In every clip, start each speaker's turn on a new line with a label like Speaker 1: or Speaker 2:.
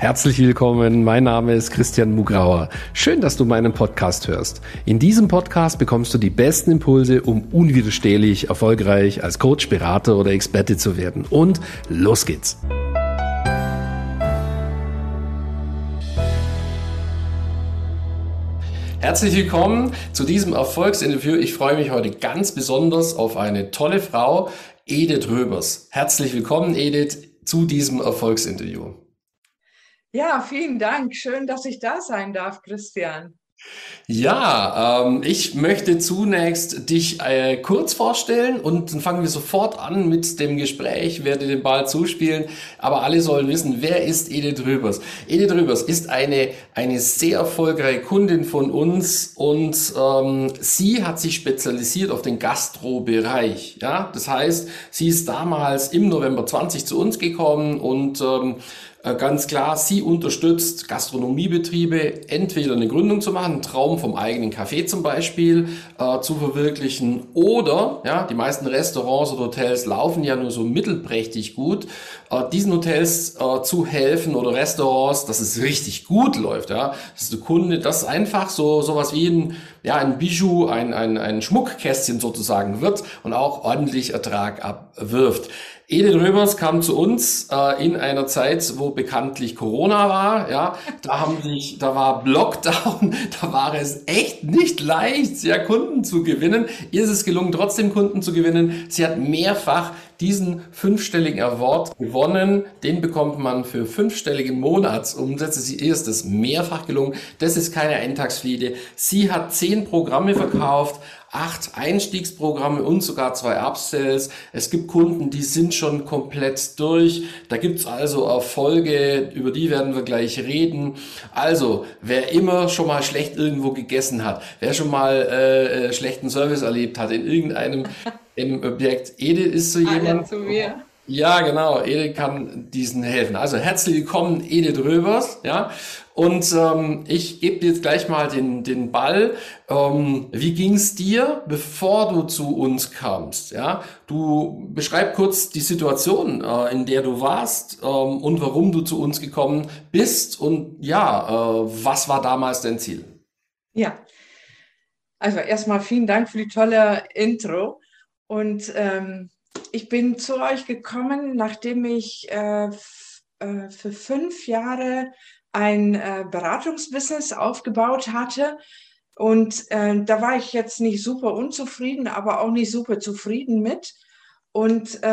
Speaker 1: Herzlich willkommen, mein Name ist Christian Mugrauer. Schön, dass du meinen Podcast hörst. In diesem Podcast bekommst du die besten Impulse, um unwiderstehlich erfolgreich als Coach, Berater oder Experte zu werden. Und los geht's! Herzlich willkommen zu diesem Erfolgsinterview. Ich freue mich heute ganz besonders auf eine tolle Frau, Edith Röbers. Herzlich willkommen, Edith, zu diesem Erfolgsinterview.
Speaker 2: Ja, vielen Dank. Schön, dass ich da sein darf, Christian.
Speaker 1: Ja, ich möchte zunächst dich kurz vorstellen und dann fangen wir sofort an mit dem Gespräch, werde den Ball zuspielen, aber alle sollen wissen, wer ist Edith Röbers? Edith Röbers ist eine sehr erfolgreiche Kundin von uns und sie hat sich spezialisiert auf den Gastrobereich. Ja? Das heißt, sie ist damals im November 20 zu uns gekommen und ganz klar, sie unterstützt Gastronomiebetriebe, entweder eine Gründung zu machen, einen Traum vom eigenen Café zum Beispiel zu verwirklichen, oder ja, die meisten Restaurants oder Hotels laufen ja nur so mittelprächtig gut, diesen Hotels zu helfen oder Restaurants, dass es richtig gut läuft. Ja, dass der Kunde, das einfach sowas wie ein Bijou, ein Schmuckkästchen sozusagen wird und auch ordentlich Ertrag abwirft. Edith Röbers kam zu uns in einer Zeit, wo bekanntlich Corona war. Ja, da war Lockdown, da war es echt nicht leicht, ja, Kunden zu gewinnen. Ihr ist es gelungen, trotzdem Kunden zu gewinnen. Sie hat mehrfach diesen 5-stelligen Award gewonnen. Den bekommt man für 5-stellige Monatsumsätze. Ihr ist es mehrfach gelungen. Das ist keine Eintagsfliege. Sie hat 10 Programme verkauft, 8 Einstiegsprogramme und sogar 2 Upsells. Es gibt Kunden, die sind schon komplett durch. Da gibt's also Erfolge, über die werden wir gleich reden. Also, wer immer schon mal schlecht irgendwo gegessen hat, wer schon mal schlechten Service erlebt hat in irgendeinem Objekt, Edith ist so jemand.
Speaker 2: Zu mir.
Speaker 1: Ja, genau, Edith kann diesen helfen. Also herzlich willkommen, Edith Röbers, ja. Und ich gebe dir jetzt gleich mal den Ball. Wie ging's dir, bevor du zu uns kamst? Ja, du beschreib kurz die Situation, in der du warst und warum du zu uns gekommen bist und ja, was war damals dein Ziel?
Speaker 2: Ja, also erstmal vielen Dank für die tolle Intro. Und ich bin zu euch gekommen, nachdem ich für 5 Jahre ein Beratungsbusiness aufgebaut hatte. Und da war ich jetzt nicht super unzufrieden, aber auch nicht super zufrieden mit. Und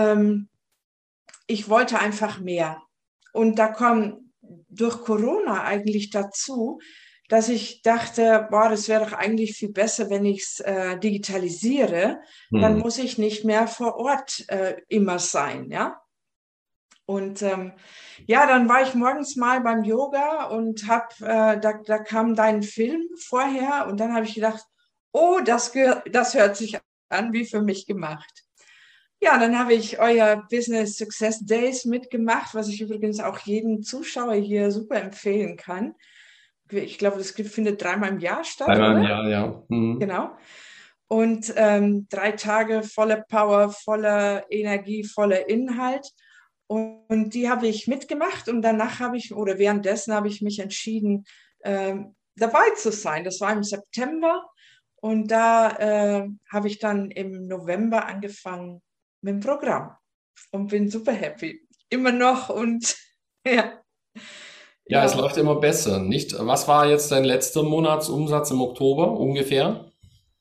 Speaker 2: ich wollte einfach mehr. Und da kam durch Corona eigentlich dazu, dass ich dachte, boah, das wäre doch eigentlich viel besser, wenn ich es digitalisiere. Dann muss ich nicht mehr vor Ort immer sein, ja. Und ja, dann war ich morgens mal beim Yoga und da kam dein Film vorher und dann habe ich gedacht, oh, das hört sich an wie für mich gemacht. Ja, dann habe ich euer Business Success Days mitgemacht, was ich übrigens auch jedem Zuschauer hier super empfehlen kann. Ich glaube, das findet 3-mal im Jahr statt,
Speaker 1: Einmal im
Speaker 2: oder?
Speaker 1: Jahr, ja. Mhm.
Speaker 2: Genau. Und 3 Tage voller Power, voller Energie, voller Inhalt. Und die habe ich mitgemacht und währenddessen habe ich mich entschieden, dabei zu sein. Das war im September und da habe ich dann im November angefangen mit dem Programm und bin super happy. Immer noch und ja.
Speaker 1: Ja, es läuft immer besser, nicht? Was war jetzt dein letzter Monatsumsatz im Oktober ungefähr?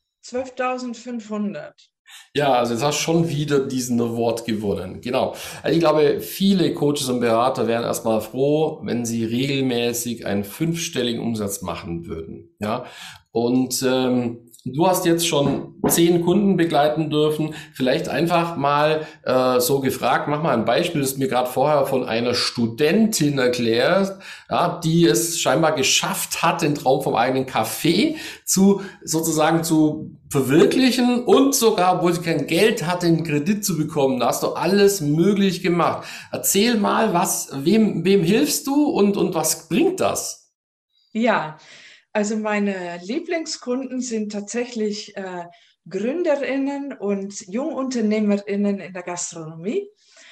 Speaker 2: 12.500.
Speaker 1: Ja, also jetzt hast du schon wieder diesen Award gewonnen. Genau. Also ich glaube, viele Coaches und Berater wären erstmal froh, wenn sie regelmäßig einen 5-stelligen Umsatz machen würden. Ja. Und du hast jetzt schon 10 Kunden begleiten dürfen. Vielleicht einfach mal so gefragt, mach mal ein Beispiel, das mir gerade vorher von einer Studentin erklärt, ja, die es scheinbar geschafft hat, den Traum vom eigenen Café sozusagen zu verwirklichen und sogar, obwohl sie kein Geld hatte, einen Kredit zu bekommen. Da hast du alles möglich gemacht. Erzähl mal, wem hilfst du und was bringt das?
Speaker 2: Ja, also meine Lieblingskunden sind tatsächlich GründerInnen und JungunternehmerInnen in der Gastronomie.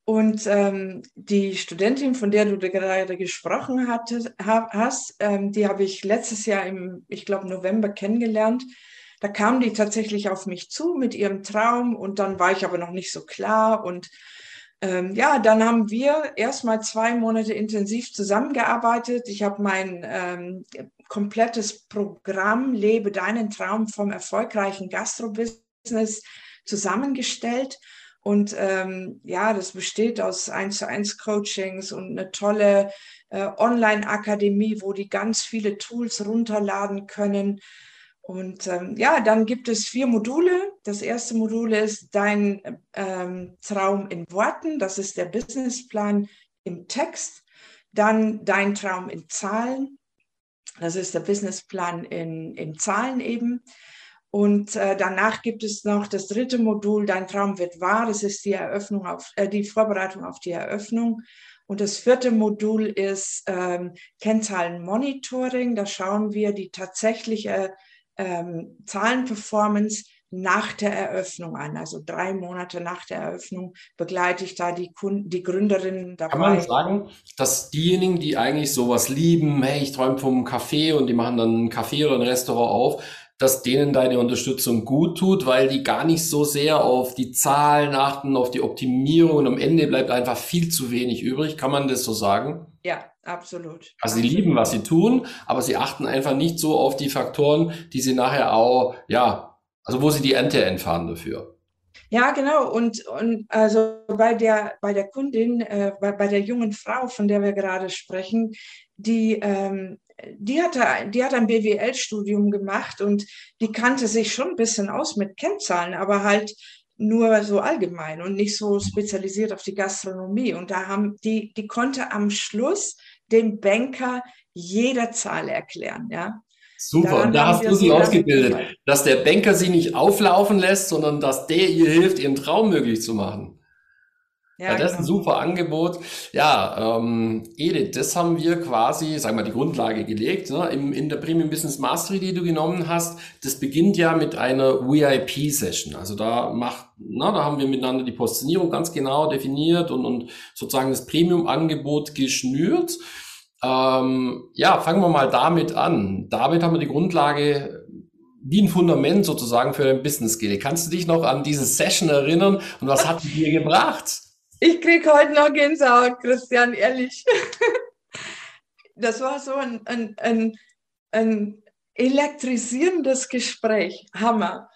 Speaker 2: Und die Studentin, von der du gerade gesprochen hast, die habe ich letztes Jahr ich glaube, November kennengelernt. Da kam die tatsächlich auf mich zu mit ihrem Traum und dann war ich aber noch nicht so klar. Und ja, dann haben wir erstmal 2 Monate intensiv zusammengearbeitet. Ich habe mein komplettes Programm Lebe deinen Traum vom erfolgreichen Gastrobusiness zusammengestellt. Und ja, das besteht aus 1:1 Coachings und eine tolle Online-Akademie, wo die ganz viele Tools runterladen können. Und ja, dann gibt es 4 Module. Das erste Modul ist dein Traum in Worten. Das ist der Businessplan im Text. Dann dein Traum in Zahlen. Das ist der Businessplan in Zahlen eben. Und danach gibt es noch das dritte Modul, Dein Traum wird wahr. Das ist die Vorbereitung auf die Eröffnung. Und das vierte Modul ist Kennzahlen-Monitoring. Da schauen wir die tatsächliche Zahlenperformance nach der Eröffnung an. Also 3 Monate nach der Eröffnung begleite ich da die Gründerinnen
Speaker 1: Kann man
Speaker 2: dabei.
Speaker 1: sagen, dass diejenigen, die eigentlich sowas lieben, hey, ich träume vom Café und die machen dann ein Café oder ein Restaurant auf, dass denen deine Unterstützung gut tut, weil die gar nicht so sehr auf die Zahlen achten, auf die Optimierung und am Ende bleibt einfach viel zu wenig übrig. Kann man das so sagen?
Speaker 2: Ja, absolut.
Speaker 1: Also sie lieben,
Speaker 2: Absolut.
Speaker 1: was sie tun, aber sie achten einfach nicht so auf die Faktoren, die sie nachher auch, ja, also wo sie die Ernte einfahren dafür.
Speaker 2: Ja, genau. Und also bei der Kundin, bei der jungen Frau, von der wir gerade sprechen, die hat ein BWL-Studium gemacht und die kannte sich schon ein bisschen aus mit Kennzahlen, aber halt nur so allgemein und nicht so spezialisiert auf die Gastronomie. Und die konnte am Schluss dem Banker jede Zahl erklären, ja.
Speaker 1: Super, und
Speaker 2: Daran
Speaker 1: da
Speaker 2: haben
Speaker 1: hast
Speaker 2: wir
Speaker 1: du sie
Speaker 2: so lange
Speaker 1: ausgebildet,
Speaker 2: gearbeitet.
Speaker 1: dass der Banker sie nicht auflaufen lässt, sondern dass der ihr hilft, ihren Traum möglich zu machen. Ja,
Speaker 2: Ja,
Speaker 1: das ist ein
Speaker 2: genau.
Speaker 1: super Angebot. Ja, Edith, das haben wir quasi, sagen wir, die Grundlage gelegt, ne? In der Premium Business Mastery, die du genommen hast. Das beginnt ja mit einer VIP-Session. Also da haben wir miteinander die Positionierung ganz genau definiert und sozusagen das Premium-Angebot geschnürt. Ja, fangen wir mal damit an. Damit haben wir die Grundlage wie ein Fundament sozusagen für dein Business gelegt. Kannst du dich noch an diese Session erinnern und was hat die dir gebracht?
Speaker 2: Ich kriege heute noch Gänsehaut, Christian, ehrlich. Das war so ein elektrisierendes Gespräch. Hammer.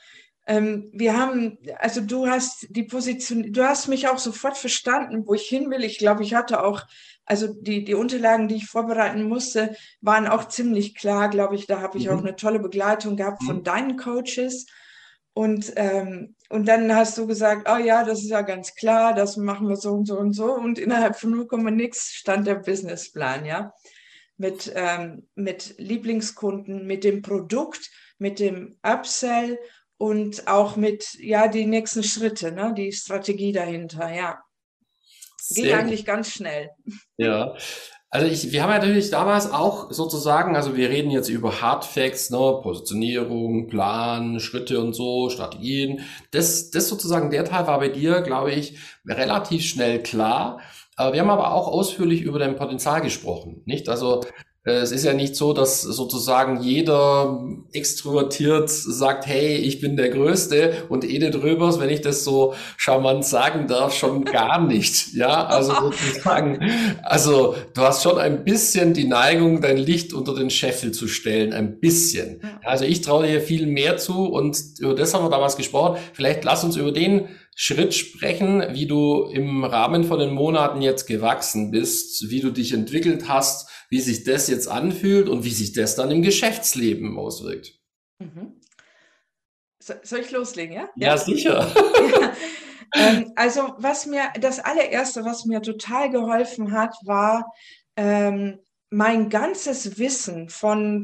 Speaker 2: Also du hast die Position, du hast mich auch sofort verstanden, wo ich hin will. Ich glaube, ich hatte auch, also die Unterlagen, die ich vorbereiten musste, waren auch ziemlich klar, glaube ich. Da habe ich auch
Speaker 1: Mhm.
Speaker 2: eine tolle Begleitung gehabt von
Speaker 1: Mhm.
Speaker 2: deinen Coaches. Und dann hast du gesagt, oh ja, das ist ja ganz klar, das machen wir so und so und so. Und innerhalb von 0, nix stand der Businessplan, ja. Mit Lieblingskunden, mit dem Produkt, mit dem Upsell und auch mit, ja, die nächsten Schritte, ne, die Strategie dahinter, ja. Ging
Speaker 1: Sehr gut.
Speaker 2: eigentlich ganz schnell.
Speaker 1: Ja. Also wir haben ja natürlich damals auch sozusagen, also wir reden jetzt über Hard Facts, ne, Positionierung, Plan, Schritte und so, Strategien. Das sozusagen, der Teil war bei dir, glaube ich, relativ schnell klar. Wir haben aber auch ausführlich über dein Potenzial gesprochen, nicht? Also es ist ja nicht so, dass sozusagen jeder extrovertiert sagt, hey, ich bin der Größte und Edith Röbers, wenn ich das so charmant sagen darf, schon gar nicht. Ja, also sozusagen, also du hast schon ein bisschen die Neigung, dein Licht unter den Scheffel zu stellen, ein bisschen.
Speaker 2: Ja.
Speaker 1: Also ich traue dir viel mehr zu und über das haben wir damals gesprochen. Vielleicht lass uns über den Schritt sprechen, wie du im Rahmen von den Monaten jetzt gewachsen bist, wie du dich entwickelt hast, wie sich das jetzt anfühlt und wie sich das dann im Geschäftsleben auswirkt.
Speaker 2: Mhm. Soll ich loslegen, ja?
Speaker 1: Ja,
Speaker 2: Ja?
Speaker 1: sicher.
Speaker 2: Ja. Also das allererste, was mir total geholfen hat, war mein ganzes Wissen von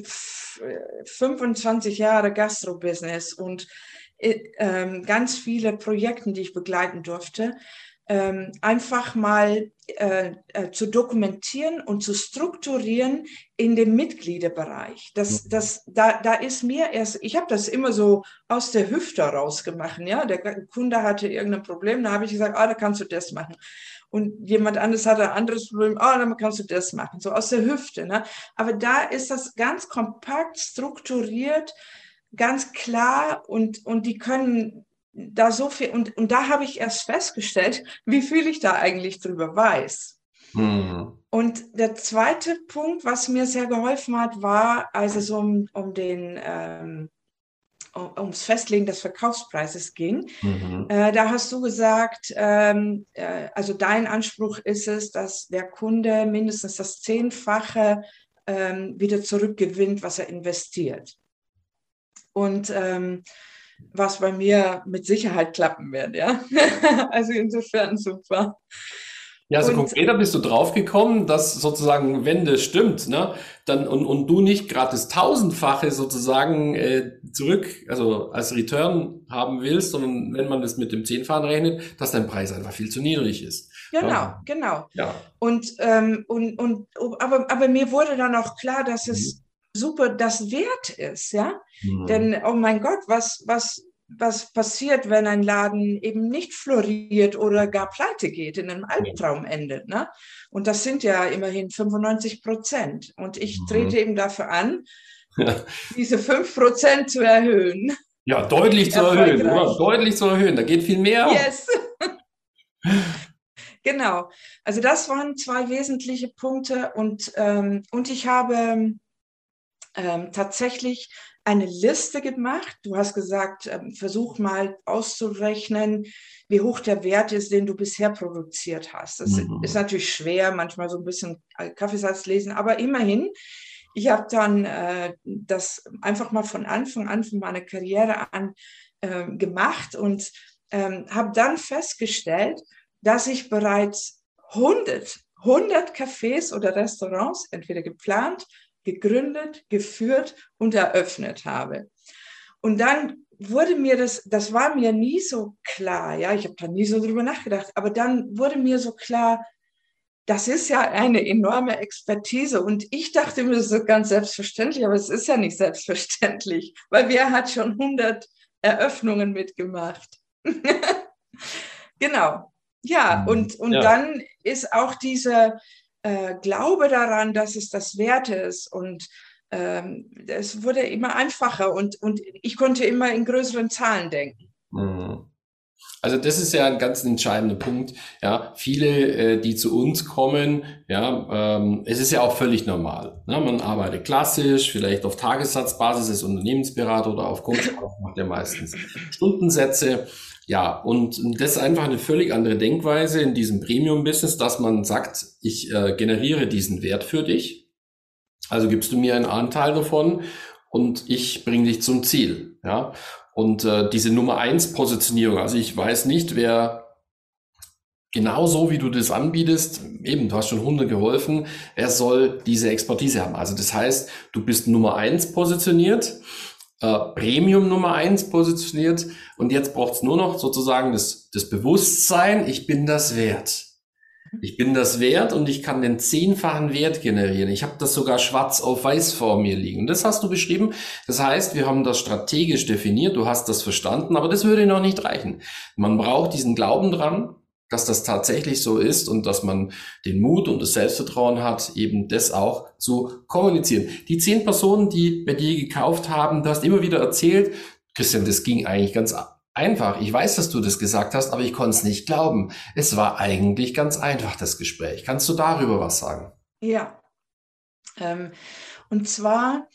Speaker 2: 25 Jahre Gastrobusiness und ganz viele Projekten, die ich begleiten durfte, einfach mal zu dokumentieren und zu strukturieren in dem Mitgliederbereich. Da ist mir erst, ich habe das immer so aus der Hüfte raus gemacht. Ja? Der Kunde hatte irgendein Problem, da habe ich gesagt, da kannst du das machen. und jemand anderes hat ein anderes Problem, dann kannst du das machen, so aus der Hüfte. Ne? Aber da ist das ganz kompakt, strukturiert, ganz klar und die können da so viel, und da habe ich erst festgestellt, wie viel ich da eigentlich drüber weiß.
Speaker 1: Mhm.
Speaker 2: Und der zweite Punkt, was mir sehr geholfen hat, war, als es ums Festlegen des Verkaufspreises ging.
Speaker 1: Mhm.
Speaker 2: Da hast du gesagt, also dein Anspruch ist es, dass der Kunde mindestens das 10-fache wieder zurückgewinnt, was er investiert. Und was bei mir mit Sicherheit klappen wird, ja. Also insofern super.
Speaker 1: Ja, also
Speaker 2: Und
Speaker 1: konkreter bist du draufgekommen, dass sozusagen, wenn das stimmt, ne, dann und du nicht gerade das Tausendfache sozusagen zurück, also als Return haben willst, sondern wenn man das mit dem Zehnfachen rechnet, dass dein Preis einfach viel zu niedrig ist.
Speaker 2: genau,
Speaker 1: Ja.
Speaker 2: genau.
Speaker 1: Ja.
Speaker 2: Aber mir wurde dann auch klar, dass
Speaker 1: Mhm.
Speaker 2: es super das wert ist, ja.
Speaker 1: Mhm.
Speaker 2: Denn, oh mein Gott, was passiert, wenn ein Laden eben nicht floriert oder gar pleite geht, in einem
Speaker 1: Ja.
Speaker 2: Albtraum endet, ne? Und das sind ja immerhin 95%. Und ich trete
Speaker 1: Mhm.
Speaker 2: eben dafür an, diese 5% zu erhöhen,
Speaker 1: Ja, deutlich zu erhöhen, oder?
Speaker 2: erfolgreich.
Speaker 1: Deutlich zu erhöhen. Da geht viel mehr.
Speaker 2: Yes, genau. Also das waren zwei wesentliche Punkte und ich habe tatsächlich eine Liste gemacht. Du hast gesagt, versuch mal auszurechnen, wie hoch der Wert ist, den du bisher produziert hast. Das ist
Speaker 1: Mhm.
Speaker 2: natürlich schwer, manchmal so ein bisschen Kaffeesatz lesen, aber immerhin, ich habe dann das einfach mal von Anfang an, von meiner Karriere an gemacht und habe dann festgestellt, dass ich bereits 100 Cafés oder Restaurants entweder geplant, gegründet, geführt und eröffnet habe. Und dann wurde mir das war mir nie so klar, ja, ich habe da nie so drüber nachgedacht, aber dann wurde mir so klar, das ist ja eine enorme Expertise und ich dachte mir, das ist ganz selbstverständlich, aber es ist ja nicht selbstverständlich, weil wer hat schon 100 Eröffnungen mitgemacht? Genau. Ja,
Speaker 1: Mhm.
Speaker 2: und
Speaker 1: Ja.
Speaker 2: dann ist auch dieser Glaube daran, dass es das wert ist und es wurde immer einfacher und ich konnte immer in größeren Zahlen denken.
Speaker 1: Mhm. Also das ist ja ein ganz entscheidender Punkt. Ja, viele, die zu uns kommen, ja, es ist ja auch völlig normal. Ne? Man arbeitet klassisch, vielleicht auf Tagessatzbasis als Unternehmensberater oder auf Coachbasis macht ja meistens Stundensätze. Ja, und das ist einfach eine völlig andere Denkweise in diesem Premium-Business, dass man sagt, ich generiere diesen Wert für dich. Also gibst du mir einen Anteil davon und ich bringe dich zum Ziel. Ja, und diese Nummer eins Positionierung, also ich weiß nicht, wer genauso wie du das anbietest, eben, du hast schon Hunde geholfen, er soll diese Expertise haben. Also das heißt, du bist Nummer eins positioniert, Premium Nummer eins positioniert und jetzt braucht es nur noch sozusagen das Bewusstsein, ich bin das wert. Ich bin das wert und ich kann den 10-fachen Wert generieren. Ich habe das sogar schwarz auf weiß vor mir liegen. Das hast du beschrieben. Das heißt, wir haben das strategisch definiert. Du hast das verstanden, aber das würde noch nicht reichen. Man braucht diesen Glauben dran, dass das tatsächlich so ist und dass man den Mut und das Selbstvertrauen hat, eben das auch zu kommunizieren. Die 10 Personen, die bei dir gekauft haben, du hast immer wieder erzählt, Christian, das ging eigentlich ganz einfach. Ich weiß, dass du das gesagt hast, aber ich konnte es nicht glauben. Es war eigentlich ganz einfach, das Gespräch. Kannst du darüber was sagen?
Speaker 2: Ja, ähm, und zwar,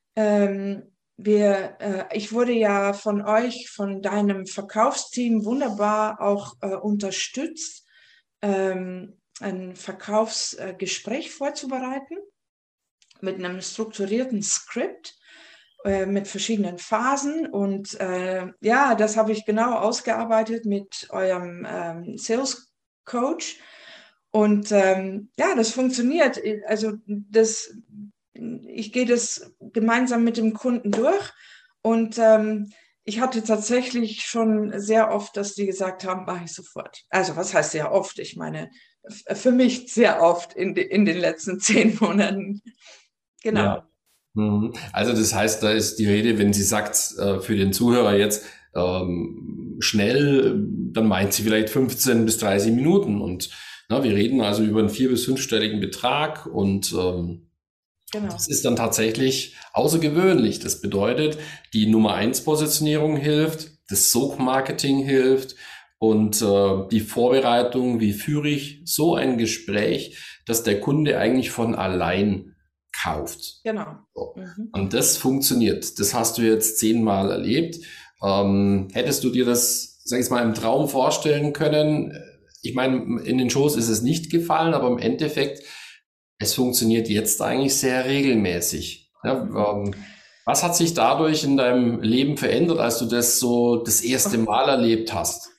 Speaker 2: ich wurde ja von euch, von deinem Verkaufsteam wunderbar auch unterstützt, ein Verkaufsgespräch vorzubereiten mit einem strukturierten Skript mit verschiedenen Phasen. Und ja, das habe ich genau ausgearbeitet mit eurem Sales Coach. Und ja, das funktioniert. Also ich gehe das gemeinsam mit dem Kunden durch. Und ich hatte tatsächlich schon sehr oft, dass die gesagt haben, mache ich sofort. Also was heißt sehr oft? Ich meine, für mich sehr oft in den letzten 10 Monaten. Genau.
Speaker 1: Ja. Also das heißt, da ist die Rede, wenn sie sagt, für den Zuhörer jetzt schnell, dann meint sie vielleicht 15 bis 30 Minuten. Und Na, wir reden also über einen 4- bis 5-stelligen Betrag und
Speaker 2: Genau.
Speaker 1: das ist dann tatsächlich außergewöhnlich. Das bedeutet, die Nummer 1 Positionierung hilft, das Sog-Marketing hilft und die Vorbereitung, wie führe ich so ein Gespräch, dass der Kunde eigentlich von allein kauft.
Speaker 2: Genau.
Speaker 1: So.
Speaker 2: Mhm.
Speaker 1: Und das funktioniert. Das hast du jetzt 10-mal erlebt. Hättest du dir das, sag ich mal, im Traum vorstellen können? Ich meine, in den Shows ist es nicht gefallen, aber im Endeffekt, es funktioniert jetzt eigentlich sehr regelmäßig. Ja, was hat sich dadurch in deinem Leben verändert, als du das so das erste Mal erlebt hast?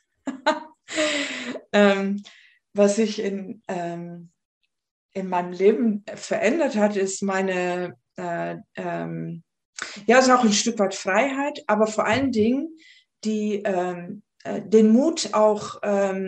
Speaker 2: Ähm, was sich in meinem Leben verändert hat, ist ja, ist auch ein Stück weit Freiheit, aber vor allen Dingen den Mut auch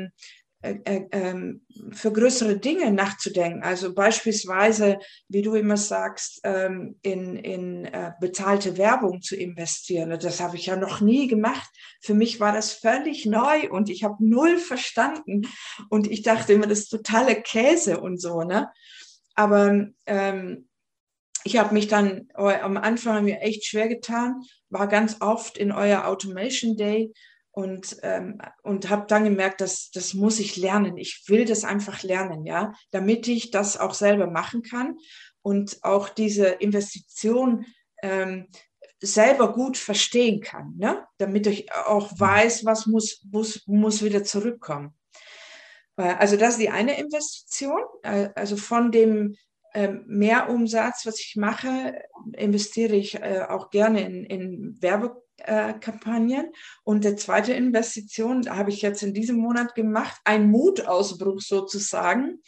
Speaker 2: für größere Dinge nachzudenken. Also beispielsweise, wie du immer sagst, in bezahlte Werbung zu investieren. Das habe ich ja noch nie gemacht. Für mich war das völlig neu und ich habe null verstanden. Und ich dachte immer, das ist totale Käse und so, ne? Aber ich habe mich dann am Anfang mir echt schwer getan, war ganz oft in euer Automation Day und habe dann gemerkt, das muss ich lernen. Ich will das einfach lernen, ja, damit ich das auch selber machen kann und auch diese Investition selber gut verstehen kann, ne? Damit ich auch weiß, was muss wieder zurückkommen. Also das ist die eine Investition. Also von dem Mehrumsatz, was ich mache, investiere ich auch gerne in Werbekampagnen. Und die zweite Investition habe ich jetzt in diesem Monat gemacht, ein Mutausbruch sozusagen.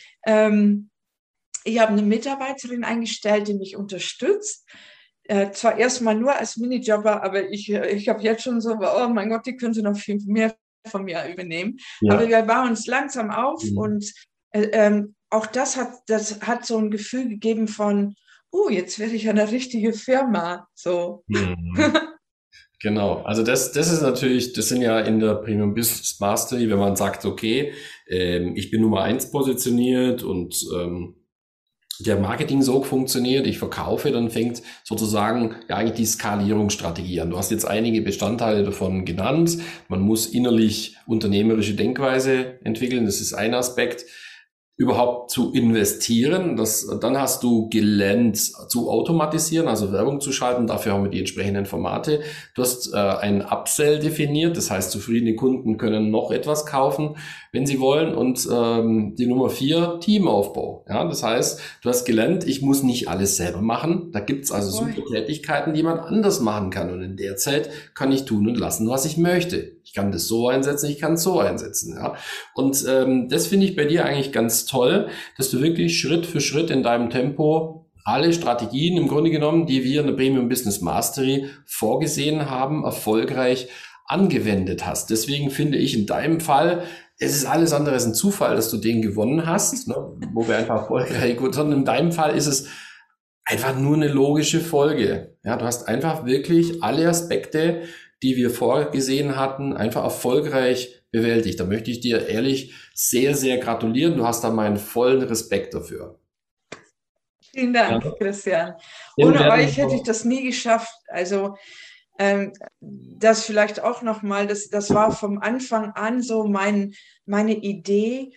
Speaker 2: Ich habe eine Mitarbeiterin eingestellt, die mich unterstützt. Zwar erstmal nur als Minijobber, aber ich habe jetzt schon so, oh mein Gott, die könnte noch viel mehr von mir übernehmen. Aber
Speaker 1: Ja.
Speaker 2: wir bauen uns langsam auf
Speaker 1: Mhm.
Speaker 2: und auch das hat so ein Gefühl gegeben von, jetzt werde ich eine richtige Firma. So.
Speaker 1: Mhm. Genau, also das ist natürlich, das sind ja in der Premium Business Mastery, wenn man sagt, okay, ich bin Nummer 1 positioniert und der Marketing-Sog funktioniert, ich verkaufe, dann fängt sozusagen ja eigentlich die Skalierungsstrategie an. Du hast jetzt einige Bestandteile davon genannt. Man muss innerlich unternehmerische Denkweise entwickeln, das ist ein Aspekt. Überhaupt zu investieren, dann hast du gelernt zu automatisieren, also Werbung zu schalten. Dafür haben wir die entsprechenden Formate. Du hast ein Upsell definiert, das heißt, zufriedene Kunden können noch etwas kaufen, wenn sie wollen. Und die Nummer 4, Teamaufbau. Ja, das heißt, du hast gelernt, ich muss nicht alles selber machen. Da gibt's also super Tätigkeiten, die man anders machen kann. Und in der Zeit kann ich tun und lassen, was ich möchte. Ich kann das so einsetzen, ich kann es so einsetzen. Ja. Und das finde ich bei dir eigentlich ganz toll, dass du wirklich Schritt für Schritt in deinem Tempo alle Strategien im Grunde genommen, die wir in der Premium Business Mastery vorgesehen haben, erfolgreich angewendet hast. Deswegen finde ich in deinem Fall, es ist alles andere als ein Zufall, dass du den gewonnen hast, ne, wo wir einfach erfolgreich gut, sondern in deinem Fall ist es einfach nur eine logische Folge. Ja, du hast einfach wirklich alle Aspekte, die wir vorgesehen hatten, einfach erfolgreich bewältigt. Da möchte ich dir ehrlich sehr, sehr gratulieren. Du hast da meinen vollen Respekt dafür.
Speaker 2: Vielen
Speaker 1: Ja.
Speaker 2: Dank, Christian.
Speaker 1: Den
Speaker 2: Ohne
Speaker 1: werden
Speaker 2: euch
Speaker 1: wir
Speaker 2: hätte ich
Speaker 1: noch,
Speaker 2: das nie geschafft. Also das vielleicht auch nochmal, das war vom Anfang an so meine Idee,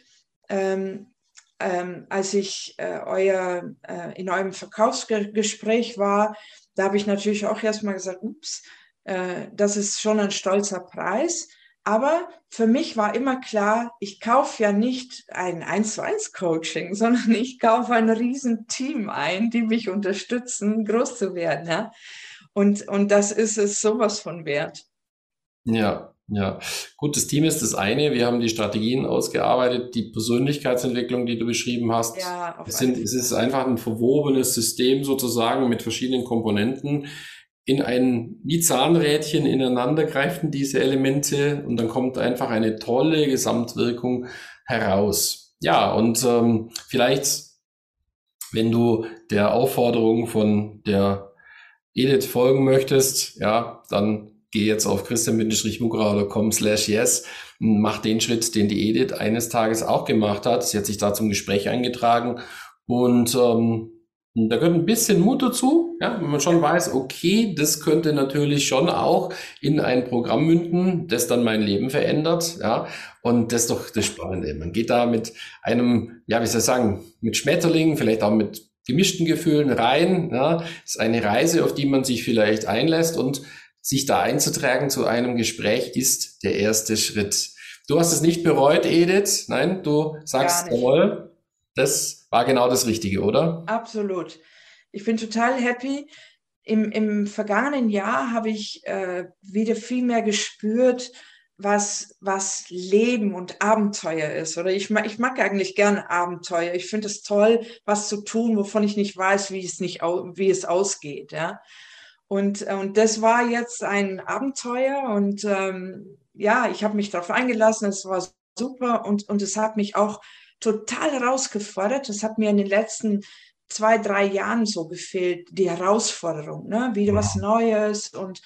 Speaker 2: als ich in eurem Verkaufsgespräch war. Da habe ich natürlich auch erstmal gesagt, ups, das ist schon ein stolzer Preis. Aber für mich war immer klar, ich kaufe ja nicht ein 1:1 Coaching, sondern ich kaufe ein Riesenteam ein, die mich unterstützen, groß zu werden. Ja? Und das ist es sowas von wert.
Speaker 1: ja, ja. Gut, das Team ist das eine. Wir haben die Strategien ausgearbeitet, die Persönlichkeitsentwicklung, die du beschrieben hast.
Speaker 2: Ja, auf
Speaker 1: Es
Speaker 2: alle
Speaker 1: sind, es
Speaker 2: Fälle.
Speaker 1: ist einfach ein verwobenes System sozusagen mit verschiedenen Komponenten. In ein, wie Zahnrädchen ineinander greifen diese Elemente und dann kommt einfach eine tolle Gesamtwirkung heraus. Ja, und vielleicht, wenn du der Aufforderung von der Edith folgen möchtest, ja, dann geh jetzt auf christian-mugra.com/yes, mach den Schritt, den die Edith eines Tages auch gemacht hat. Sie hat sich da zum Gespräch eingetragen und da gehört ein bisschen Mut dazu, ja, wenn man schon weiß, okay, das könnte natürlich schon auch in ein Programm münden, das dann mein Leben verändert, ja, und das ist doch das Spannende. Man geht da mit einem, ja, wie soll ich sagen, mit Schmetterlingen, vielleicht auch mit gemischten Gefühlen rein, ja, das ist eine Reise, auf die man sich vielleicht einlässt und sich da einzutragen zu einem Gespräch ist der erste Schritt. Du hast es nicht bereut, Edith, nein, du
Speaker 2: Gar
Speaker 1: sagst,
Speaker 2: nicht.
Speaker 1: jawohl, das war genau das Richtige, oder?
Speaker 2: Absolut. Ich bin total happy. Im vergangenen Jahr habe ich wieder viel mehr gespürt, was Leben und Abenteuer ist. Oder ich mag eigentlich gerne Abenteuer. Ich finde es toll, was zu tun, wovon ich nicht weiß, wie es ausgeht. Ja? Und das war jetzt ein Abenteuer. Und ja, ich habe mich darauf eingelassen. Es war super und es hat mich auch total herausgefordert. Das hat mir in den letzten 2, 3 Jahren so gefehlt, die Herausforderung, ne? Wieder was Neues und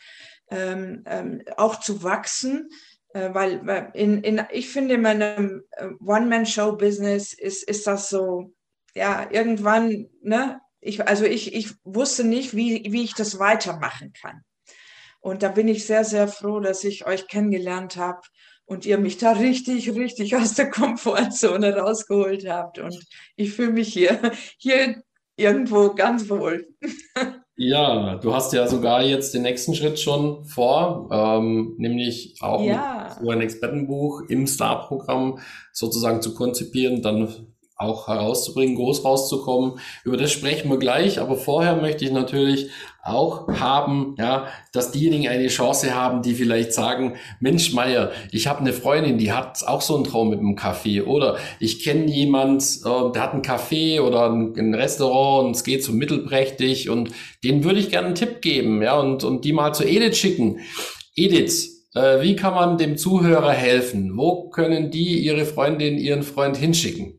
Speaker 2: auch zu wachsen. Weil ich finde, in meinem One-Man-Show-Business ist das so, ja, irgendwann, ne? Ich wusste nicht, wie ich das weitermachen kann. Und da bin ich sehr, sehr froh, dass ich euch kennengelernt habe und ihr mich da richtig, richtig aus der Komfortzone rausgeholt habt. Und ich fühle mich hier irgendwo ganz wohl.
Speaker 1: Ja, du hast ja sogar jetzt den nächsten Schritt schon vor, nämlich auch mit
Speaker 2: Ja,
Speaker 1: so ein Expertenbuch im Star-Programm sozusagen zu konzipieren, dann auch herauszubringen, groß rauszukommen. Über das sprechen wir gleich, aber vorher möchte ich natürlich auch haben, ja, dass diejenigen eine Chance haben, die vielleicht sagen, Mensch, Meier, ich habe eine Freundin, die hat auch so einen Traum mit dem Kaffee oder ich kenne jemand, der hat einen Café oder ein Restaurant und es geht so mittelprächtig und denen würde ich gerne einen Tipp geben, ja, und die mal zu Edith schicken. Edith, wie kann man dem Zuhörer helfen? Wo können die ihre Freundin, ihren Freund hinschicken?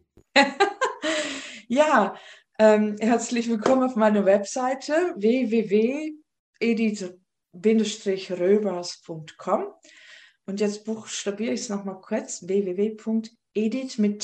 Speaker 2: ja, herzlich willkommen auf meiner Webseite www.edith-röbers.com. Und jetzt buchstabiere ich es nochmal kurz: www.edith mit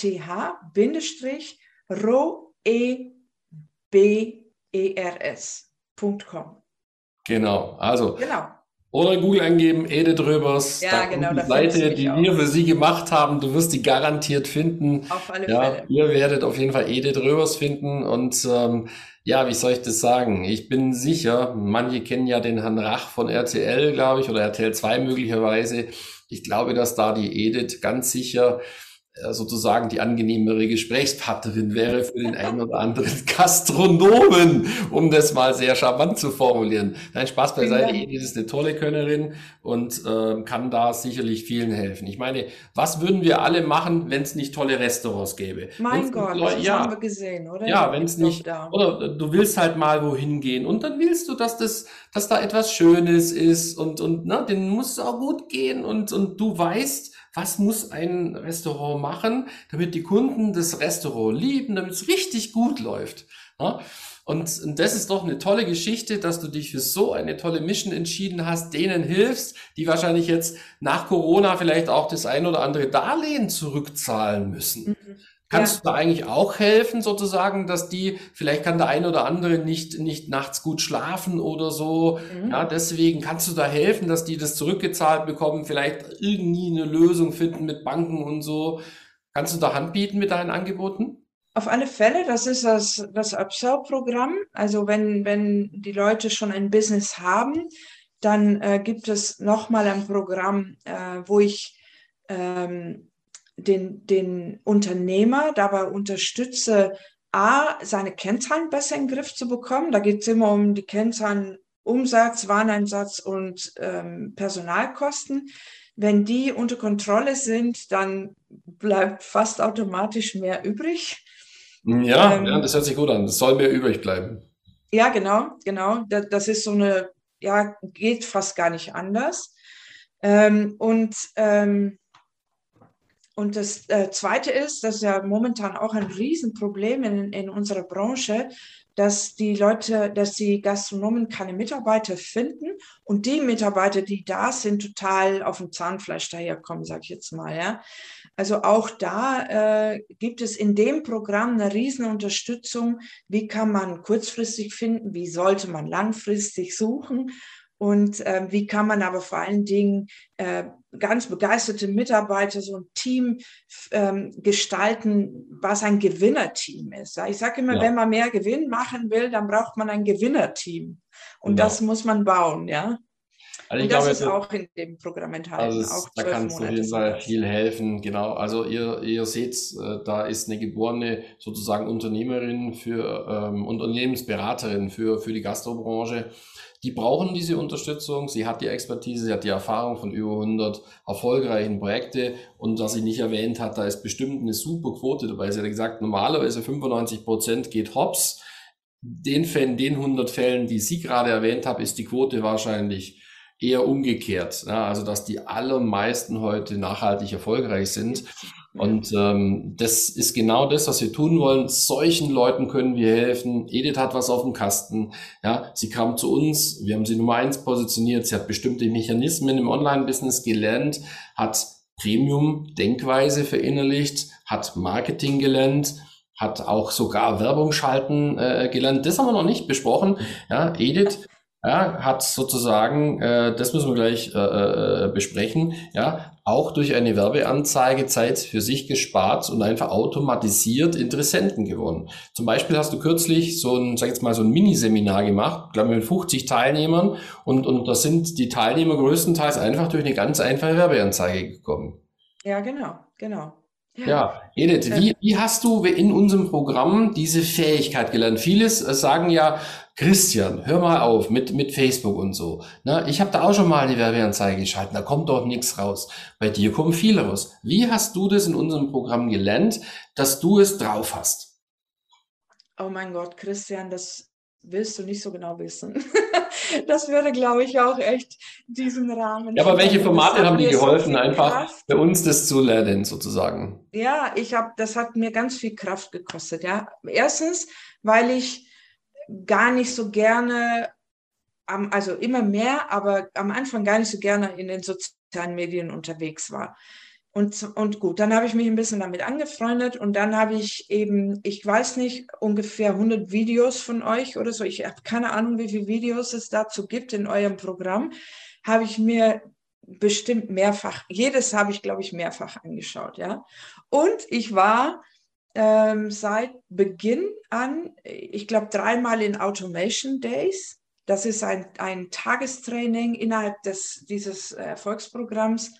Speaker 2: th.roebers.com.
Speaker 1: Genau, also
Speaker 2: Genau.
Speaker 1: oder Google eingeben, Edith Röbers, da
Speaker 2: Ja,
Speaker 1: kommt
Speaker 2: genau,
Speaker 1: die
Speaker 2: da findest du
Speaker 1: Seite,
Speaker 2: mich
Speaker 1: die wir
Speaker 2: auch.
Speaker 1: für Sie gemacht haben. Du wirst die garantiert finden.
Speaker 2: Auf alle
Speaker 1: Ja,
Speaker 2: Fälle.
Speaker 1: ihr werdet auf jeden Fall Edith Röbers finden. Und ja, wie soll ich das sagen? Ich bin sicher, manche kennen ja den Herrn Rach von RTL, glaube ich, oder RTL 2 möglicherweise. Ich glaube, dass da die Edith ganz sicher sozusagen die angenehmere Gesprächspartnerin wäre für den einen oder anderen Gastronomen, um das mal sehr charmant zu formulieren. Nein, Spaß
Speaker 2: Vielen
Speaker 1: beiseite,
Speaker 2: Dank.
Speaker 1: Edith ist eine tolle Könnerin und kann da sicherlich vielen helfen. Ich meine, was würden wir alle machen, wenn es nicht tolle Restaurants gäbe?
Speaker 2: Mein
Speaker 1: Wenn's nicht
Speaker 2: Gott, das haben wir
Speaker 1: ja,
Speaker 2: gesehen, oder?
Speaker 1: ja, wenn
Speaker 2: Im
Speaker 1: es nicht,
Speaker 2: Lockdown.
Speaker 1: oder du willst halt mal wohin gehen und dann willst du, dass da etwas Schönes ist und ne, denen muss es auch gut gehen und du weißt, was muss ein Restaurant machen, damit die Kunden das Restaurant lieben, damit es richtig gut läuft. Ja? Und das ist doch eine tolle Geschichte, dass du dich für so eine tolle Mission entschieden hast, denen hilfst, die wahrscheinlich jetzt nach Corona vielleicht auch das ein oder andere Darlehen zurückzahlen müssen.
Speaker 2: Mhm.
Speaker 1: Kannst du
Speaker 2: Ja.
Speaker 1: da eigentlich auch helfen, sozusagen, dass die, vielleicht kann der ein oder andere nicht nachts gut schlafen oder so. Ja,
Speaker 2: Mhm.
Speaker 1: deswegen kannst du da helfen, dass die das zurückgezahlt bekommen, vielleicht irgendwie eine Lösung finden mit Banken und so. Kannst du da Hand bieten mit deinen Angeboten?
Speaker 2: Auf alle Fälle, das ist das Upsell-Programm. Also wenn die Leute schon ein Business haben, dann gibt es nochmal ein Programm, wo ich ähm, den Unternehmer dabei unterstütze, seine Kennzahlen besser in den Griff zu bekommen. Da geht es immer um die Kennzahlen Umsatz, Wareneinsatz und Personalkosten. Wenn die unter Kontrolle sind, dann bleibt fast automatisch mehr übrig.
Speaker 1: Ja,
Speaker 2: Ähm,
Speaker 1: das hört sich gut an. Das soll mir übrig bleiben.
Speaker 2: ja, genau, genau. Das ist so eine, ja, geht fast gar nicht anders. Ähm, und, ähm, und das Zweite ist, das ist ja momentan auch ein Riesenproblem in unserer Branche. dass die Gastronomen keine Mitarbeiter finden und die Mitarbeiter, die da sind, total auf dem Zahnfleisch daherkommen, sage ich jetzt mal. Ja. Also auch da gibt es in dem Programm eine riesen Unterstützung. Wie kann man kurzfristig finden? Wie sollte man langfristig suchen? Und wie kann man aber vor allen Dingen ganz begeisterte Mitarbeiter, so ein Team gestalten, was ein Gewinnerteam ist. Ich sage immer, wenn man mehr Gewinn machen will, dann braucht man ein Gewinnerteam. Und das muss man bauen, ja.
Speaker 1: Also
Speaker 2: und das ist auch in dem Programm enthalten.
Speaker 1: Also
Speaker 2: auch
Speaker 1: da kann es auf jeden Fall viel helfen, genau. Also ihr seht, da ist eine geborene sozusagen Unternehmerin Unternehmensberaterin für die Gastrobranche. Die brauchen diese Unterstützung. Sie hat die Expertise, sie hat die Erfahrung von über 100 erfolgreichen Projekte. Und was sie nicht erwähnt hat, da ist bestimmt eine super Quote dabei. Sie hat gesagt, normalerweise 95% geht hops. Den 100 Fällen, die sie gerade erwähnt haben, ist die Quote wahrscheinlich eher umgekehrt, ja, also dass die allermeisten heute nachhaltig erfolgreich sind. Und das ist genau das, was wir tun wollen. Solchen Leuten können wir helfen. Edith hat was auf dem Kasten. Ja, sie kam zu uns, wir haben sie Nummer 1 positioniert. Sie hat bestimmte Mechanismen im Online-Business gelernt, hat Premium-Denkweise verinnerlicht, hat Marketing gelernt, hat auch sogar Werbung schalten gelernt. Das haben wir noch nicht besprochen. Ja, Edith hat sozusagen, das müssen wir gleich besprechen, ja, auch durch eine Werbeanzeige Zeit für sich gespart und einfach automatisiert Interessenten gewonnen. Zum Beispiel hast du kürzlich so ein Miniseminar gemacht, glaube ich mit 50 Teilnehmern und da sind die Teilnehmer größtenteils einfach durch eine ganz einfache Werbeanzeige gekommen.
Speaker 2: Ja, genau.
Speaker 1: Ja, Edith, wie hast du in unserem Programm diese Fähigkeit gelernt? Vieles sagen ja, Christian, hör mal auf mit Facebook und so. Na, ich habe da auch schon mal eine Werbeanzeige geschalten, da kommt doch nichts raus. Bei dir kommt viel raus. Wie hast du das in unserem Programm gelernt, dass du es drauf hast?
Speaker 2: Oh mein Gott, Christian, das willst du nicht so genau wissen. Das würde, glaube ich, auch echt diesen Rahmen.
Speaker 1: Ja, aber welche Formate haben dir geholfen, einfach für uns das zu lernen, sozusagen?
Speaker 2: Ja, das hat mir ganz viel Kraft gekostet. Ja, erstens, weil ich gar nicht so gerne, also immer mehr, aber am Anfang gar nicht so gerne in den sozialen Medien unterwegs war. Und gut, dann habe ich mich ein bisschen damit angefreundet und dann habe ich eben, ich weiß nicht, ungefähr 100 Videos von euch oder so. Ich habe keine Ahnung, wie viele Videos es dazu gibt in eurem Programm. Habe ich mir bestimmt mehrfach, jedes habe ich, glaube ich, mehrfach angeschaut. Ja? Und ich war seit Beginn an, ich glaube, 3-mal in Automation Days. Das ist ein Tagestraining innerhalb dieses Erfolgsprogramms,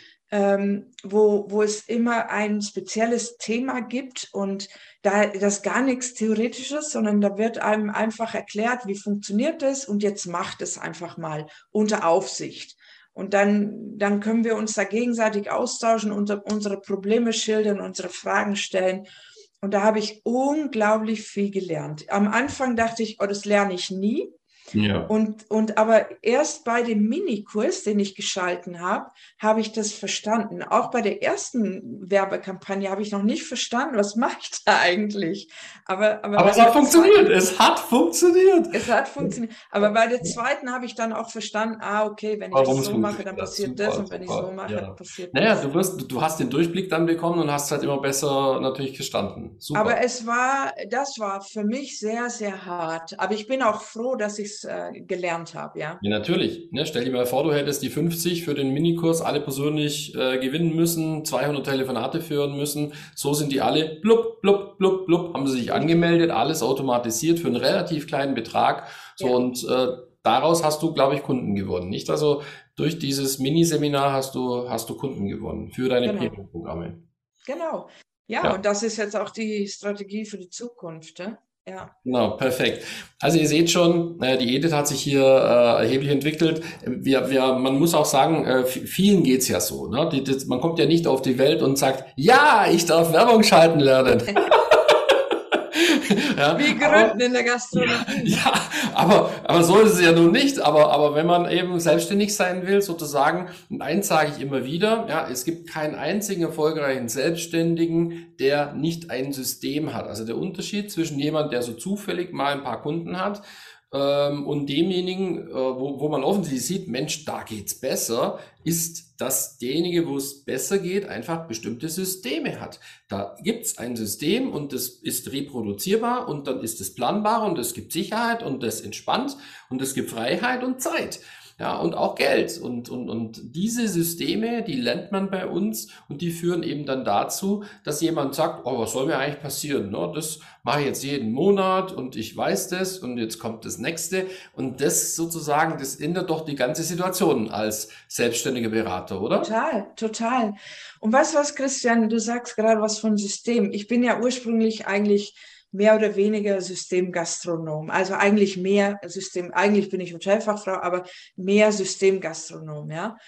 Speaker 2: wo es immer ein spezielles Thema gibt und das gar nichts Theoretisches, sondern da wird einem einfach erklärt, wie funktioniert das und jetzt macht es einfach mal unter Aufsicht. Und dann können wir uns da gegenseitig austauschen, unsere Probleme schildern, unsere Fragen stellen. Und da habe ich unglaublich viel gelernt. Am Anfang dachte ich, das lerne ich nie.
Speaker 1: Ja.
Speaker 2: Aber erst bei dem Minikurs, den ich geschalten habe, habe ich das verstanden. Auch bei der ersten Werbekampagne habe ich noch nicht verstanden, was mache ich da eigentlich. Aber
Speaker 1: es hat funktioniert. Es hat funktioniert.
Speaker 2: Es hat funktioniert. Aber bei der zweiten habe ich dann auch verstanden, okay, wenn ich das so mache, dann passiert das und wenn ich so mache, dann passiert das.
Speaker 1: Naja, du hast den Durchblick dann bekommen und hast halt immer besser natürlich gestanden. Super.
Speaker 2: Aber das war für mich sehr, sehr hart. Aber ich bin auch froh, dass ich es gelernt habe, ja.
Speaker 1: Ja, natürlich. Ne, stell dir mal vor, du hättest die 50 für den Minikurs alle persönlich gewinnen müssen, 200 Telefonate führen müssen. So sind die alle blub, blub, blub, blub, haben sie sich angemeldet, alles automatisiert für einen relativ kleinen Betrag. So, ja. Und daraus hast du, glaube ich, Kunden gewonnen. Nicht? Also durch dieses Miniseminar hast du Kunden gewonnen für deine Premium-Programme.
Speaker 2: Genau. Ja, und das ist jetzt auch die Strategie für die Zukunft. Ja.
Speaker 1: Genau, perfekt. Also ihr seht schon, die Edith hat sich hier erheblich entwickelt. Man muss auch sagen, vielen geht's ja so. Ne? Man kommt ja nicht auf die Welt und sagt, ja, ich darf Werbung schalten lernen. Ja,
Speaker 2: Wie
Speaker 1: aber,
Speaker 2: Gründen in der Gastronomie, ne?
Speaker 1: ja, aber so ist es ja nun nicht. Aber wenn man eben selbstständig sein will, sozusagen, und eins sage ich immer wieder, ja, es gibt keinen einzigen erfolgreichen Selbstständigen, der nicht ein System hat. Also der Unterschied zwischen jemand, der so zufällig mal ein paar Kunden hat, und demjenigen, wo man offensichtlich sieht, Mensch, da geht's besser, ist, dass derjenige, wo es besser geht, einfach bestimmte Systeme hat. Da gibt's ein System und das ist reproduzierbar und dann ist es planbar und es gibt Sicherheit und das entspannt und es gibt Freiheit und Zeit. Ja, und auch Geld. Und diese Systeme, die lernt man bei uns und die führen eben dann dazu, dass jemand sagt, oh, was soll mir eigentlich passieren? Ne? Das mache ich jetzt jeden Monat und ich weiß das und jetzt kommt das nächste. Und das sozusagen, das ändert doch die ganze Situation als selbstständiger Berater, oder?
Speaker 2: Total, total. Und weißt du was, Christian, du sagst gerade was von System. Ich bin ja ursprünglich eigentlich mehr oder weniger Systemgastronom. Also eigentlich mehr System, eigentlich bin ich Hotelfachfrau, aber mehr Systemgastronom, ja.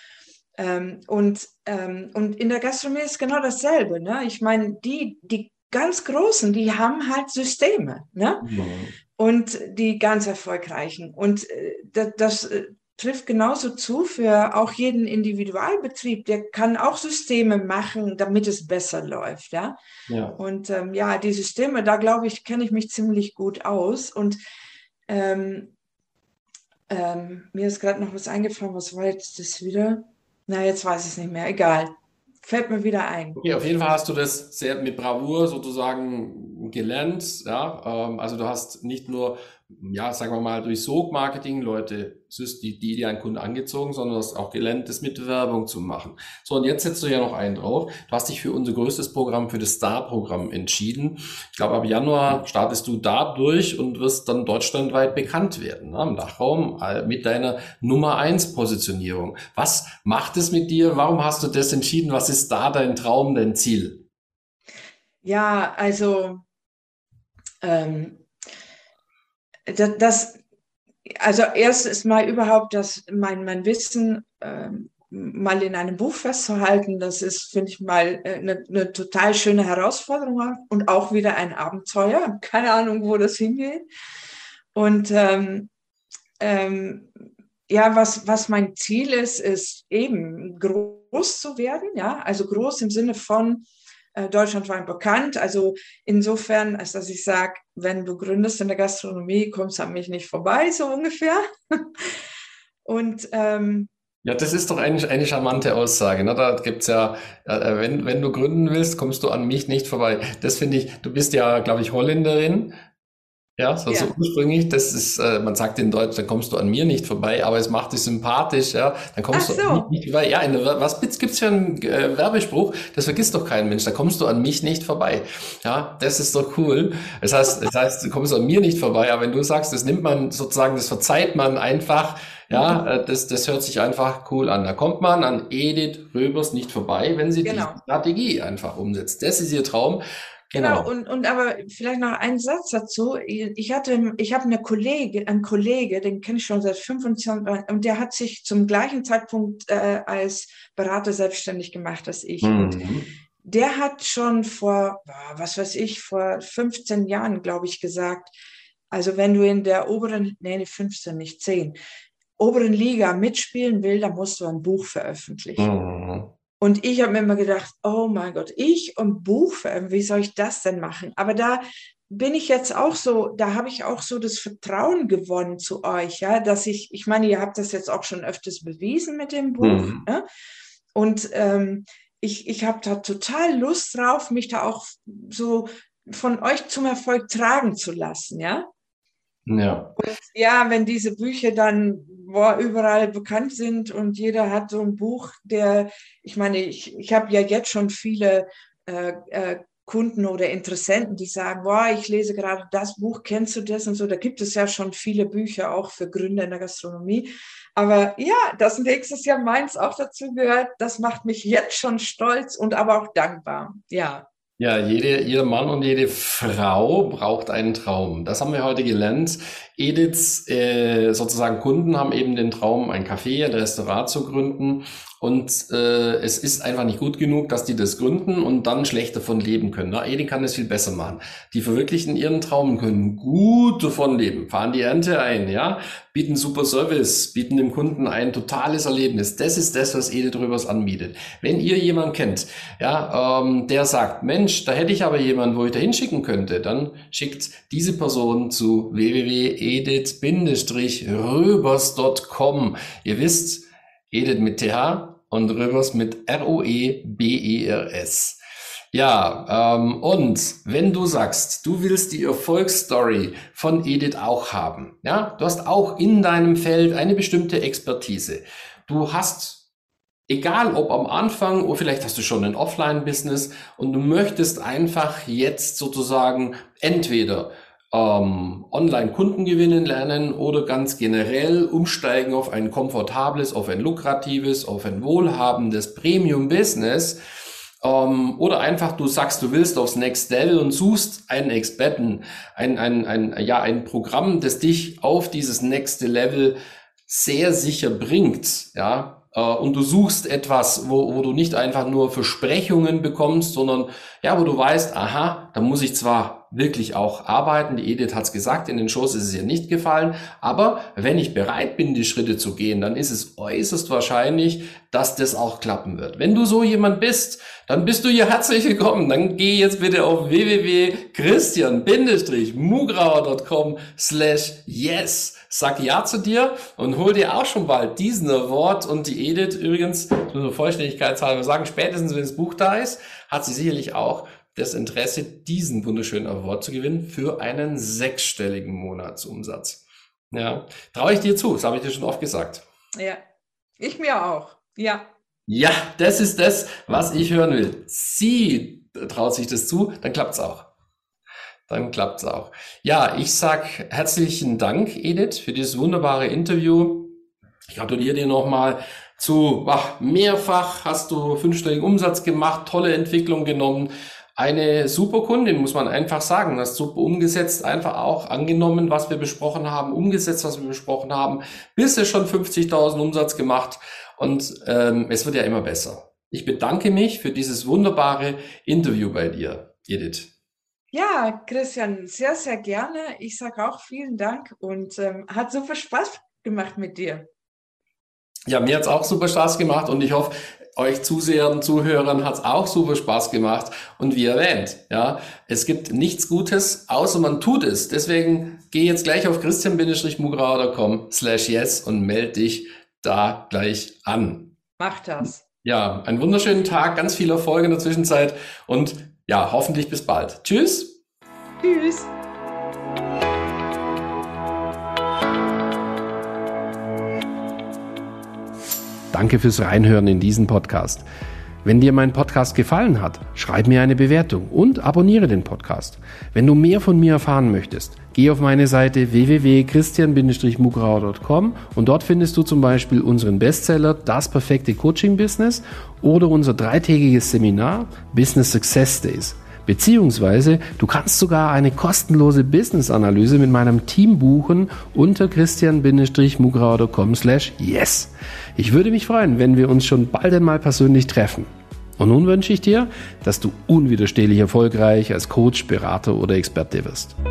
Speaker 2: Und in der Gastronomie ist genau dasselbe, ne? Ich meine, die ganz Großen, die haben halt Systeme, ne?
Speaker 1: Mhm.
Speaker 2: Und die ganz erfolgreichen. Und das trifft genauso zu für auch jeden Individualbetrieb. Der kann auch Systeme machen, damit es besser läuft, ja.
Speaker 1: Ja.
Speaker 2: Und ja, die Systeme, da glaube ich, kenne ich mich ziemlich gut aus. Und ähm, mir ist gerade noch was eingefallen. Was war jetzt das wieder? Na, jetzt weiß ich es nicht mehr. Egal. Fällt mir wieder ein.
Speaker 1: Okay, auf jeden Fall hast du das sehr mit Bravour sozusagen gelernt, ja. Also du hast nicht nur, ja, sagen wir mal, durch Sog-Marketing Leute, die dir einen Kunden angezogen, sondern du hast auch gelernt, das mit Werbung zu machen. So, und jetzt setzt du ja noch einen drauf. Du hast dich für unser größtes Programm, für das Star-Programm entschieden. Ich glaube, ab Januar startest du da durch und wirst dann deutschlandweit bekannt werden, ne, im Dachraum, mit deiner Nummer eins Positionierung. Was macht es mit dir? Warum hast du das entschieden? Was ist da dein Traum, dein Ziel?
Speaker 2: Ja, also ähm, das, also erstes mal überhaupt mein Wissen mal in einem Buch festzuhalten, das ist, finde ich mal, eine total schöne Herausforderung und auch wieder ein Abenteuer. Keine Ahnung, wo das hingeht. Und ähm, ja, was mein Ziel ist eben groß zu werden, ja, also groß im Sinne von deutschlandweit bekannt. Also insofern, als dass ich sage, wenn du gründest in der Gastronomie, kommst du an mich nicht vorbei, so ungefähr. Und
Speaker 1: Ja, das ist doch eigentlich eine charmante Aussage. Ne? Da gibt's ja, wenn du gründen willst, kommst du an mich nicht vorbei. Das finde ich, du bist ja, glaube ich, Holländerin. Ja, so
Speaker 2: ja,
Speaker 1: ursprünglich, das ist, man sagt in Deutsch, dann kommst du an mir nicht vorbei, aber es macht dich sympathisch, ja, dann
Speaker 2: ach
Speaker 1: kommst du an mich
Speaker 2: so,
Speaker 1: nicht vorbei. Ja, was gibt's für einen Werbespruch? Das vergisst doch kein Mensch, da kommst du an mich nicht vorbei. Ja, das ist doch cool. Das heißt, du kommst an mir nicht vorbei, aber wenn du sagst, das nimmt man sozusagen, das verzeiht man einfach, ja, das hört sich einfach cool an. Da kommt man an Edith Röbers nicht vorbei, wenn sie diese
Speaker 2: genau.
Speaker 1: Strategie einfach umsetzt. Das ist ihr Traum.
Speaker 2: Genau,
Speaker 1: Genau.
Speaker 2: und aber vielleicht noch ein Satz dazu. Ich habe einen Kollege, den kenne ich schon seit 25 Jahren, und der hat sich zum gleichen Zeitpunkt als Berater selbstständig gemacht als ich. Und
Speaker 1: Mhm.
Speaker 2: der hat schon vor, was weiß ich, vor 15 Jahren, glaube ich, gesagt, also wenn du in der oberen, nee, 15, nicht 10, oberen Liga mitspielen will, dann musst du ein Buch veröffentlichen.
Speaker 1: Mhm.
Speaker 2: Und ich habe mir immer gedacht, oh mein Gott, ich und Buch veröffentlichen, wie soll ich das denn machen? Aber da bin ich jetzt auch so, da habe ich auch so das Vertrauen gewonnen zu euch, ja, dass ich meine, ihr habt das jetzt auch schon öfters bewiesen mit dem Buch,
Speaker 1: Mhm.
Speaker 2: ja? Und ich habe da total Lust drauf, mich da auch so von euch zum Erfolg tragen zu lassen, ja.
Speaker 1: Ja.
Speaker 2: Ja, wenn diese Bücher dann überall bekannt sind und jeder hat so ein Buch, ich meine, ich habe ja jetzt schon viele Kunden oder Interessenten, die sagen, boah, ich lese gerade das Buch, kennst du das und so. Da gibt es ja schon viele Bücher auch für Gründer in der Gastronomie. Aber ja, dass nächstes Jahr meins auch dazu gehört, das macht mich jetzt schon stolz und aber auch dankbar. Ja,
Speaker 1: Ja, jeder Mann und jede Frau braucht einen Traum. Das haben wir heute gelernt. Ediths sozusagen Kunden haben eben den Traum, ein Café, ein Restaurant zu gründen. Und es ist einfach nicht gut genug, dass die das gründen und dann schlecht davon leben können. Na, Edith kann das viel besser machen. Die verwirklichen ihren Traum, können gut davon leben, fahren die Ernte ein, ja, bieten super Service, bieten dem Kunden ein totales Erlebnis. Das ist das, was Edith Röbers anbietet. Wenn ihr jemanden kennt, ja, der sagt, Mensch, da hätte ich aber jemanden, wo ich da hinschicken könnte, dann schickt diese Person zu www.edith-röbers.com. Ihr wisst, Edith mit TH und Röbers mit ROEBERS. Ja, und wenn du sagst, du willst die Erfolgsstory von Edith auch haben, ja, du hast auch in deinem Feld eine bestimmte Expertise. Du hast, egal ob am Anfang oder vielleicht hast du schon ein Offline-Business und du möchtest einfach jetzt sozusagen entweder Online-Kunden gewinnen lernen oder ganz generell umsteigen auf ein komfortables, auf ein lukratives, auf ein wohlhabendes Premium-Business, oder einfach du sagst, du willst aufs Next Level und suchst einen Experten, ein Programm, das dich auf dieses nächste Level sehr sicher bringt, ja. Und du suchst etwas, wo du nicht einfach nur Versprechungen bekommst, sondern ja, wo du weißt, aha, da muss ich zwar wirklich auch arbeiten, die Edith hat's gesagt, in den Shows ist es ihr nicht gefallen, aber wenn ich bereit bin, die Schritte zu gehen, dann ist es äußerst wahrscheinlich, dass das auch klappen wird. Wenn du so jemand bist, dann bist du hier herzlich willkommen. Dann geh jetzt bitte auf www.christian-mugrauer.com/yes. Sag ja zu dir und hol dir auch schon bald diesen Award. Und die Edith übrigens, das muss man vollständigkeitshalber sagen, spätestens wenn das Buch da ist, hat sie sicherlich auch das Interesse, diesen wunderschönen Award zu gewinnen für einen 6-stelligen Monatsumsatz. Ja, traue ich dir zu, das habe ich dir schon oft gesagt.
Speaker 2: Ja, ich mir auch, ja.
Speaker 1: Ja, das ist das, was ich hören will. Sie traut sich das zu, dann klappt's auch. Dann klappt's auch. Ja, ich sag herzlichen Dank, Edith, für dieses wunderbare Interview. Ich gratuliere dir nochmal zu, mehrfach hast du 5-stelligen Umsatz gemacht, tolle Entwicklung genommen. Eine super Kundin, muss man einfach sagen. Du hast super umgesetzt, einfach auch angenommen, was wir besprochen haben, umgesetzt, was wir besprochen haben. Bist du schon 50.000 Umsatz gemacht und es wird ja immer besser. Ich bedanke mich für dieses wunderbare Interview bei dir, Edith.
Speaker 2: Ja, Christian, sehr, sehr gerne. Ich sage auch vielen Dank und hat super Spaß gemacht mit dir.
Speaker 1: Ja, mir hat's auch super Spaß gemacht und ich hoffe, euch Zusehern, Zuhörern hat's auch super Spaß gemacht. Und wie erwähnt, ja, es gibt nichts Gutes, außer man tut es. Deswegen geh jetzt gleich auf christian-mugrauer.com/yes und melde dich da gleich an.
Speaker 2: Mach das.
Speaker 1: Ja, einen wunderschönen Tag, ganz viel Erfolg in der Zwischenzeit und ja, hoffentlich bis bald. Tschüss.
Speaker 2: Tschüss.
Speaker 1: Danke fürs Reinhören in diesen Podcast. Wenn dir mein Podcast gefallen hat, schreib mir eine Bewertung und abonniere den Podcast. Wenn du mehr von mir erfahren möchtest, geh auf meine Seite www.christian-mugrauer.com und dort findest du zum Beispiel unseren Bestseller Das perfekte Coaching-Business oder unser 3-tägiges Seminar Business Success Days. Beziehungsweise du kannst sogar eine kostenlose Business-Analyse mit meinem Team buchen unter christian-mugrauer.com/yes. Ich würde mich freuen, wenn wir uns schon bald einmal persönlich treffen. Und nun wünsche ich dir, dass du unwiderstehlich erfolgreich als Coach, Berater oder Experte wirst.